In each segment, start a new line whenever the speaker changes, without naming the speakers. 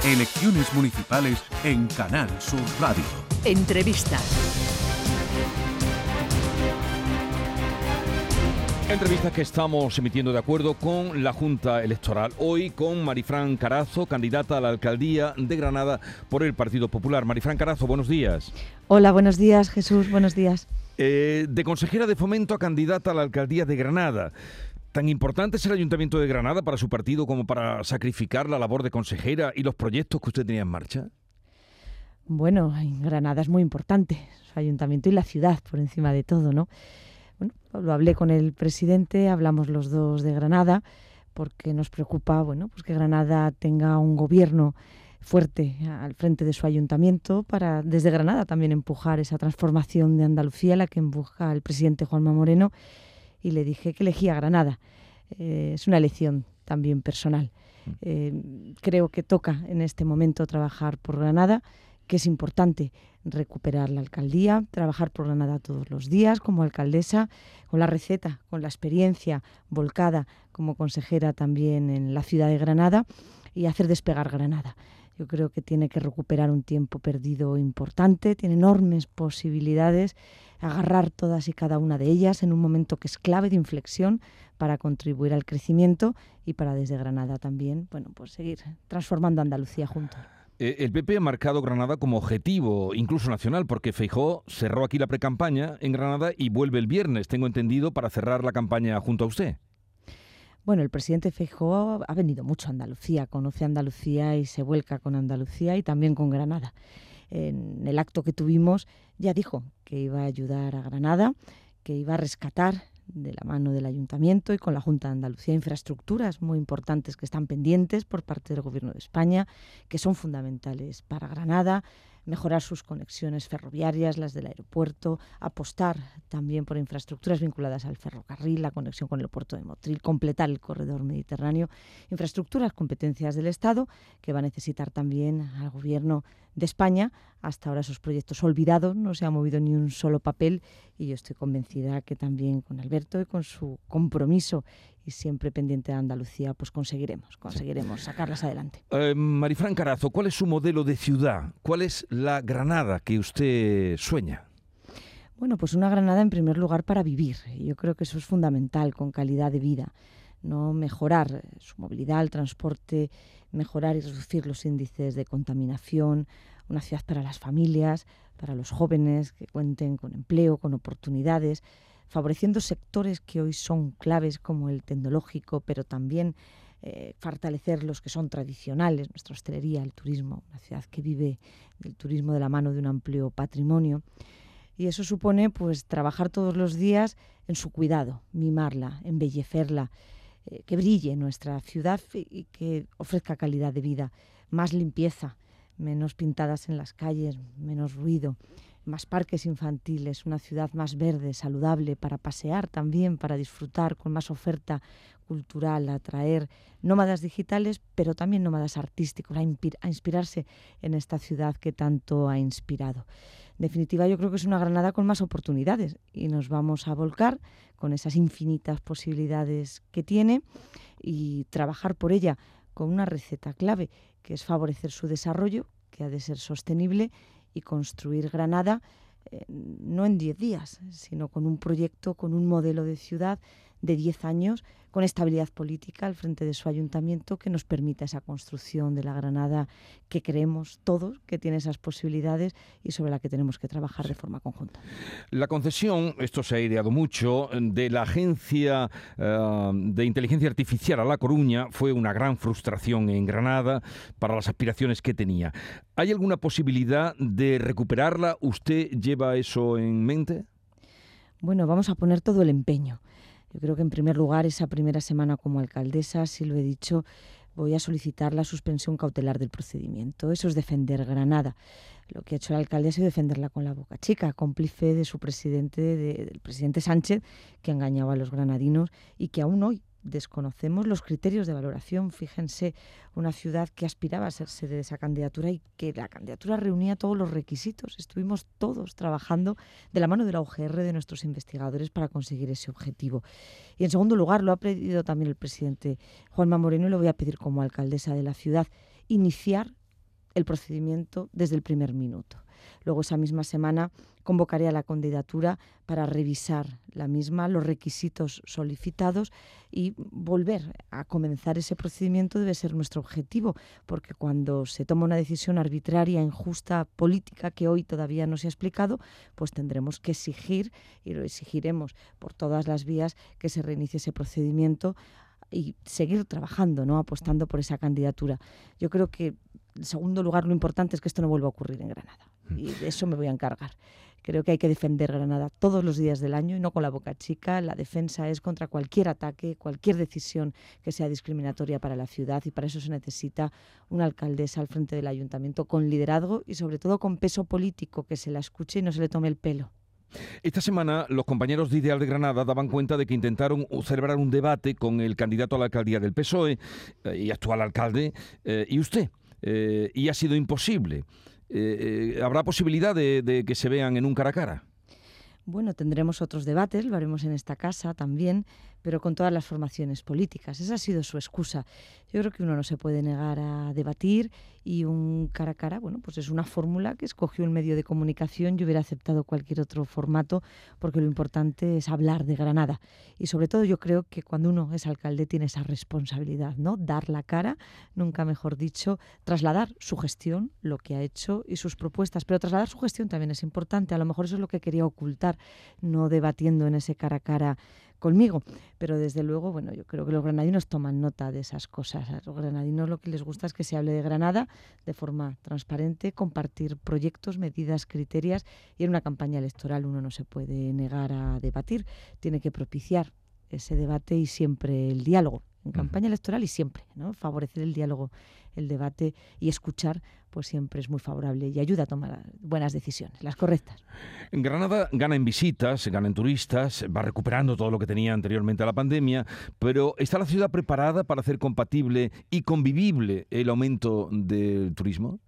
Elecciones municipales en Canal Sur Radio.
Entrevistas.
Entrevistas que estamos emitiendo de acuerdo con la Junta Electoral. Hoy con Marifran Carazo, candidata a la alcaldía de Granada por el Partido Popular. Marifran Carazo, buenos días.
Hola, buenos días, Jesús, buenos días.
De consejera de Fomento a candidata a la alcaldía de Granada. ¿Tan importante es el Ayuntamiento de Granada para su partido como para sacrificar la labor de consejera y los proyectos que usted tenía en marcha?
Bueno, en Granada es muy importante, su ayuntamiento y la ciudad por encima de todo, ¿no? Bueno, lo hablé con el presidente, hablamos los dos de Granada, porque nos preocupa, bueno, pues que Granada tenga un gobierno fuerte al frente de su ayuntamiento para, desde Granada, también empujar esa transformación de Andalucía, la que empuja el presidente Juanma Moreno, y le dije que elegía Granada. Es una elección también personal. Creo que toca en este momento trabajar por Granada, que es importante recuperar la alcaldía, trabajar por Granada todos los días como alcaldesa, con la receta, con la experiencia volcada como consejera también en la ciudad de Granada y hacer despegar Granada. Yo creo que tiene que recuperar un tiempo perdido importante, tiene enormes posibilidades, agarrar todas y cada una de ellas en un momento que es clave de inflexión para contribuir al crecimiento y para desde Granada también, bueno, pues seguir transformando Andalucía juntos.
El PP ha marcado Granada como objetivo, incluso nacional, porque Feijóo cerró aquí la precampaña en Granada y vuelve el viernes, tengo entendido, para cerrar la campaña junto a usted.
Bueno, el presidente Feijóo ha venido mucho a Andalucía, conoce Andalucía y se vuelca con Andalucía y también con Granada. En el acto que tuvimos ya dijo que iba a ayudar a Granada, que iba a rescatar de la mano del Ayuntamiento y con la Junta de Andalucía infraestructuras muy importantes que están pendientes por parte del Gobierno de España, que son fundamentales para Granada, mejorar sus conexiones ferroviarias, las del aeropuerto, apostar también por infraestructuras vinculadas al ferrocarril, la conexión con el puerto de Motril, completar el corredor mediterráneo, infraestructuras, competencias del Estado, que va a necesitar también al Gobierno de España. Hasta ahora esos proyectos olvidados, no se ha movido ni un solo papel y yo estoy convencida que también con Alberto y con su compromiso y siempre pendiente de Andalucía, pues conseguiremos sacarlas adelante.
Marifran Carazo, ¿cuál es su modelo de ciudad? ¿Cuál es la Granada que usted sueña?
Bueno, pues una Granada en primer lugar para vivir. Yo creo que eso es fundamental, con calidad de vida. No mejorar su movilidad, el transporte, mejorar y reducir los índices de contaminación, una ciudad para las familias, para los jóvenes que cuenten con empleo, con oportunidades, favoreciendo sectores que hoy son claves como el tecnológico, pero también fortalecer los que son tradicionales, nuestra hostelería, el turismo, una ciudad que vive del turismo de la mano de un amplio patrimonio. Y eso supone pues trabajar todos los días en su cuidado, mimarla, embellecerla, que brille nuestra ciudad y que ofrezca calidad de vida, más limpieza, menos pintadas en las calles, menos ruido, más parques infantiles, una ciudad más verde, saludable, para pasear también, para disfrutar, con más oferta cultural, atraer nómadas digitales, pero también nómadas artísticos, a inspirarse en esta ciudad que tanto ha inspirado. En definitiva, yo creo que es una Granada con más oportunidades y nos vamos a volcar con esas infinitas posibilidades que tiene y trabajar por ella con una receta clave, que es favorecer su desarrollo, que ha de ser sostenible, y construir Granada no en 10 días, sino con un proyecto, con un modelo de ciudad de 10 años, con estabilidad política al frente de su ayuntamiento, que nos permita esa construcción de la Granada que creemos todos que tiene esas posibilidades y sobre la que tenemos que trabajar de forma conjunta.
La concesión, esto se ha ideado mucho, de la Agencia de Inteligencia Artificial a La Coruña fue una gran frustración en Granada para las aspiraciones que tenía. ¿Hay alguna posibilidad de recuperarla? ¿Usted lleva eso en mente?
Bueno, vamos a poner todo el empeño. Yo creo que en primer lugar, esa primera semana como alcaldesa, si lo he dicho, voy a solicitar la suspensión cautelar del procedimiento. Eso es defender Granada. Lo que ha hecho el alcalde ha sido defenderla con la boca chica, cómplice de su presidente, del presidente Sánchez, que engañaba a los granadinos y que aún hoy desconocemos los criterios de valoración. Fíjense, una ciudad que aspiraba a ser sede de esa candidatura y que la candidatura reunía todos los requisitos. Estuvimos todos trabajando de la mano de la UGR, de nuestros investigadores, para conseguir ese objetivo. Y en segundo lugar, lo ha pedido también el presidente Juanma Moreno y lo voy a pedir como alcaldesa de la ciudad, iniciar el procedimiento desde el primer minuto. Luego esa misma semana convocaré a la candidatura para revisar la misma, los requisitos solicitados y volver a comenzar ese procedimiento debe ser nuestro objetivo, porque cuando se toma una decisión arbitraria, injusta, política, que hoy todavía no se ha explicado, pues tendremos que exigir, y lo exigiremos por todas las vías, que se reinicie ese procedimiento y seguir trabajando, ¿no?, apostando por esa candidatura. Yo creo que, en segundo lugar, lo importante es que esto no vuelva a ocurrir en Granada. Y de eso me voy a encargar. Creo que hay que defender Granada todos los días del año y no con la boca chica. La defensa es contra cualquier ataque, cualquier decisión que sea discriminatoria para la ciudad, y para eso se necesita una alcaldesa al frente del ayuntamiento con liderazgo y sobre todo con peso político, que se la escuche y no se le tome el pelo.
Esta semana los compañeros de Ideal de Granada daban cuenta de que intentaron celebrar un debate con el candidato a la alcaldía del PSOE y actual alcalde y usted, y ha sido imposible. ¿Habrá posibilidad de que se vean en un cara a cara?
Bueno, tendremos otros debates, lo haremos en esta casa también, pero con todas las formaciones políticas. Esa ha sido su excusa. Yo creo que uno no se puede negar a debatir, y un cara a cara, bueno, pues es una fórmula que escogió un medio de comunicación. Yo hubiera aceptado cualquier otro formato, porque lo importante es hablar de Granada. Y sobre todo yo creo que cuando uno es alcalde tiene esa responsabilidad, ¿no? Dar la cara, nunca mejor dicho, trasladar su gestión, lo que ha hecho y sus propuestas. Pero trasladar su gestión también es importante. A lo mejor eso es lo que quería ocultar, no debatiendo en ese cara a cara conmigo, pero desde luego, bueno, yo creo que los granadinos toman nota de esas cosas. A los granadinos lo que les gusta es que se hable de Granada de forma transparente, compartir proyectos, medidas, criterios, y en una campaña electoral uno no se puede negar a debatir, tiene que propiciar ese debate y siempre el diálogo. En campaña electoral y siempre, ¿no? Favorecer el diálogo, el debate y escuchar, pues siempre es muy favorable y ayuda a tomar buenas decisiones, las correctas.
En Granada gana en visitas, gana en turistas, va recuperando todo lo que tenía anteriormente a la pandemia, pero ¿está la ciudad preparada para hacer compatible y convivible el aumento del turismo?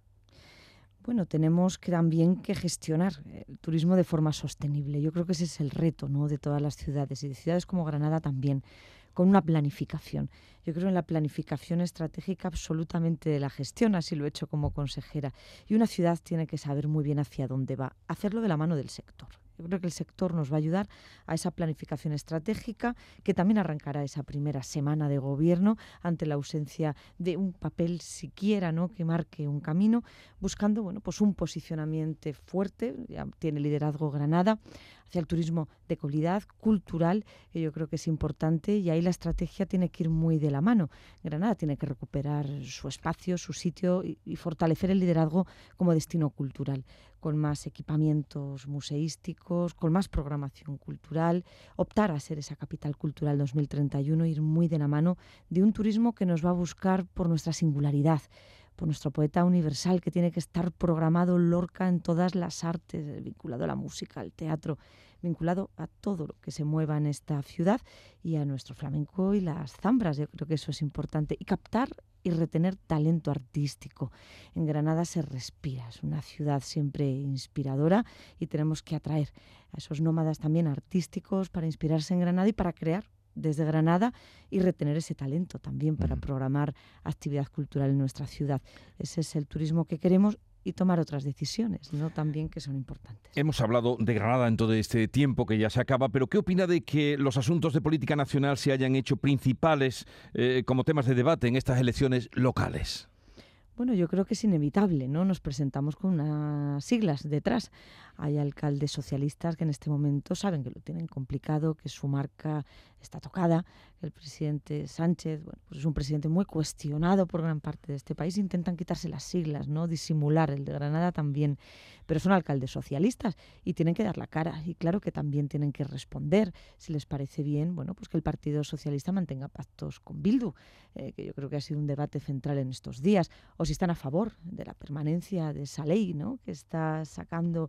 Bueno, tenemos que también que gestionar el turismo de forma sostenible. Yo creo que ese es el reto, ¿no?, de todas las ciudades, y de ciudades como Granada también, con una planificación. Yo creo en la planificación estratégica absolutamente de la gestión, así lo he hecho como consejera. Y una ciudad tiene que saber muy bien hacia dónde va, hacerlo de la mano del sector. Yo creo que el sector nos va a ayudar a esa planificación estratégica, que también arrancará esa primera semana de gobierno ante la ausencia de un papel siquiera, ¿no?, que marque un camino, buscando, bueno, pues un posicionamiento fuerte. Ya tiene liderazgo Granada hacia el turismo de calidad, cultural, que yo creo que es importante, y ahí la estrategia tiene que ir muy de la mano. Granada tiene que recuperar su espacio, su sitio y fortalecer el liderazgo como destino cultural, con más equipamientos museísticos, con más programación cultural, optar a ser esa capital cultural 2031, ir muy de la mano de un turismo que nos va a buscar por nuestra singularidad, por nuestro poeta universal, que tiene que estar programado Lorca en todas las artes, vinculado a la música, al teatro, vinculado a todo lo que se mueva en esta ciudad, y a nuestro flamenco y las zambras. Yo creo que eso es importante. Y captar y retener talento artístico. En Granada se respira, es una ciudad siempre inspiradora, y tenemos que atraer a esos nómadas también artísticos para inspirarse en Granada y para crear desde Granada y retener ese talento también para programar actividad cultural en nuestra ciudad. Ese es el turismo que queremos, y tomar otras decisiones, ¿no?, también, que son importantes.
Hemos hablado de Granada en todo este tiempo que ya se acaba, pero ¿qué opina de que los asuntos de política nacional se hayan hecho principales como temas de debate en estas elecciones locales?
Bueno, yo creo que es inevitable, ¿no? Nos presentamos con unas siglas detrás. Hay alcaldes socialistas que en este momento saben que lo tienen complicado, que su marca está tocada, que el presidente Sánchez, bueno, pues es un presidente muy cuestionado por gran parte de este país. Intentan quitarse las siglas, ¿no?, disimular. El de Granada también, pero son alcaldes socialistas y tienen que dar la cara. Y claro que también tienen que responder, si les parece bien, bueno, pues que el Partido Socialista mantenga pactos con Bildu, que yo creo que ha sido un debate central en estos días, o si están a favor de la permanencia de esa ley, ¿no?, que está sacando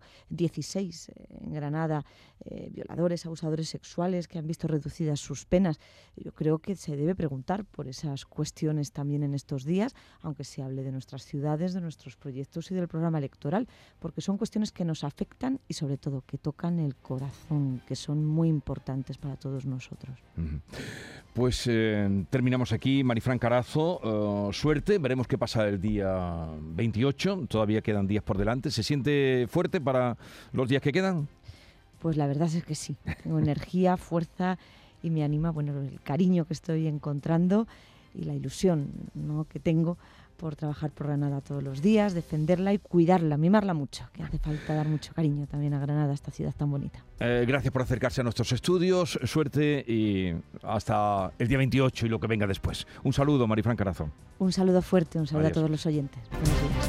16 en Granada violadores, abusadores sexuales, que han visto reducidas sus penas. Yo creo que se debe preguntar por esas cuestiones también en estos días, aunque se hable de nuestras ciudades, de nuestros proyectos y del programa electoral, porque son cuestiones que nos afectan y sobre todo que tocan el corazón, que son muy importantes para todos nosotros.
Pues terminamos aquí. Marifran Carazo, suerte, veremos qué pasa el día día 28, todavía quedan días por delante. ¿Se siente fuerte para los días que quedan?
Pues la verdad es que sí. Tengo energía, fuerza y me anima, bueno, el cariño que estoy encontrando y la ilusión, ¿no?, que tengo por trabajar por Granada todos los días, defenderla y cuidarla, mimarla mucho, que hace falta dar mucho cariño también a Granada, esta ciudad tan bonita.
Gracias por acercarse a nuestros estudios, suerte y hasta el día 28 y lo que venga después. Un saludo, Marifran Carazo.
Un saludo fuerte, un saludo
Adiós.
a todos los oyentes. Buenos días.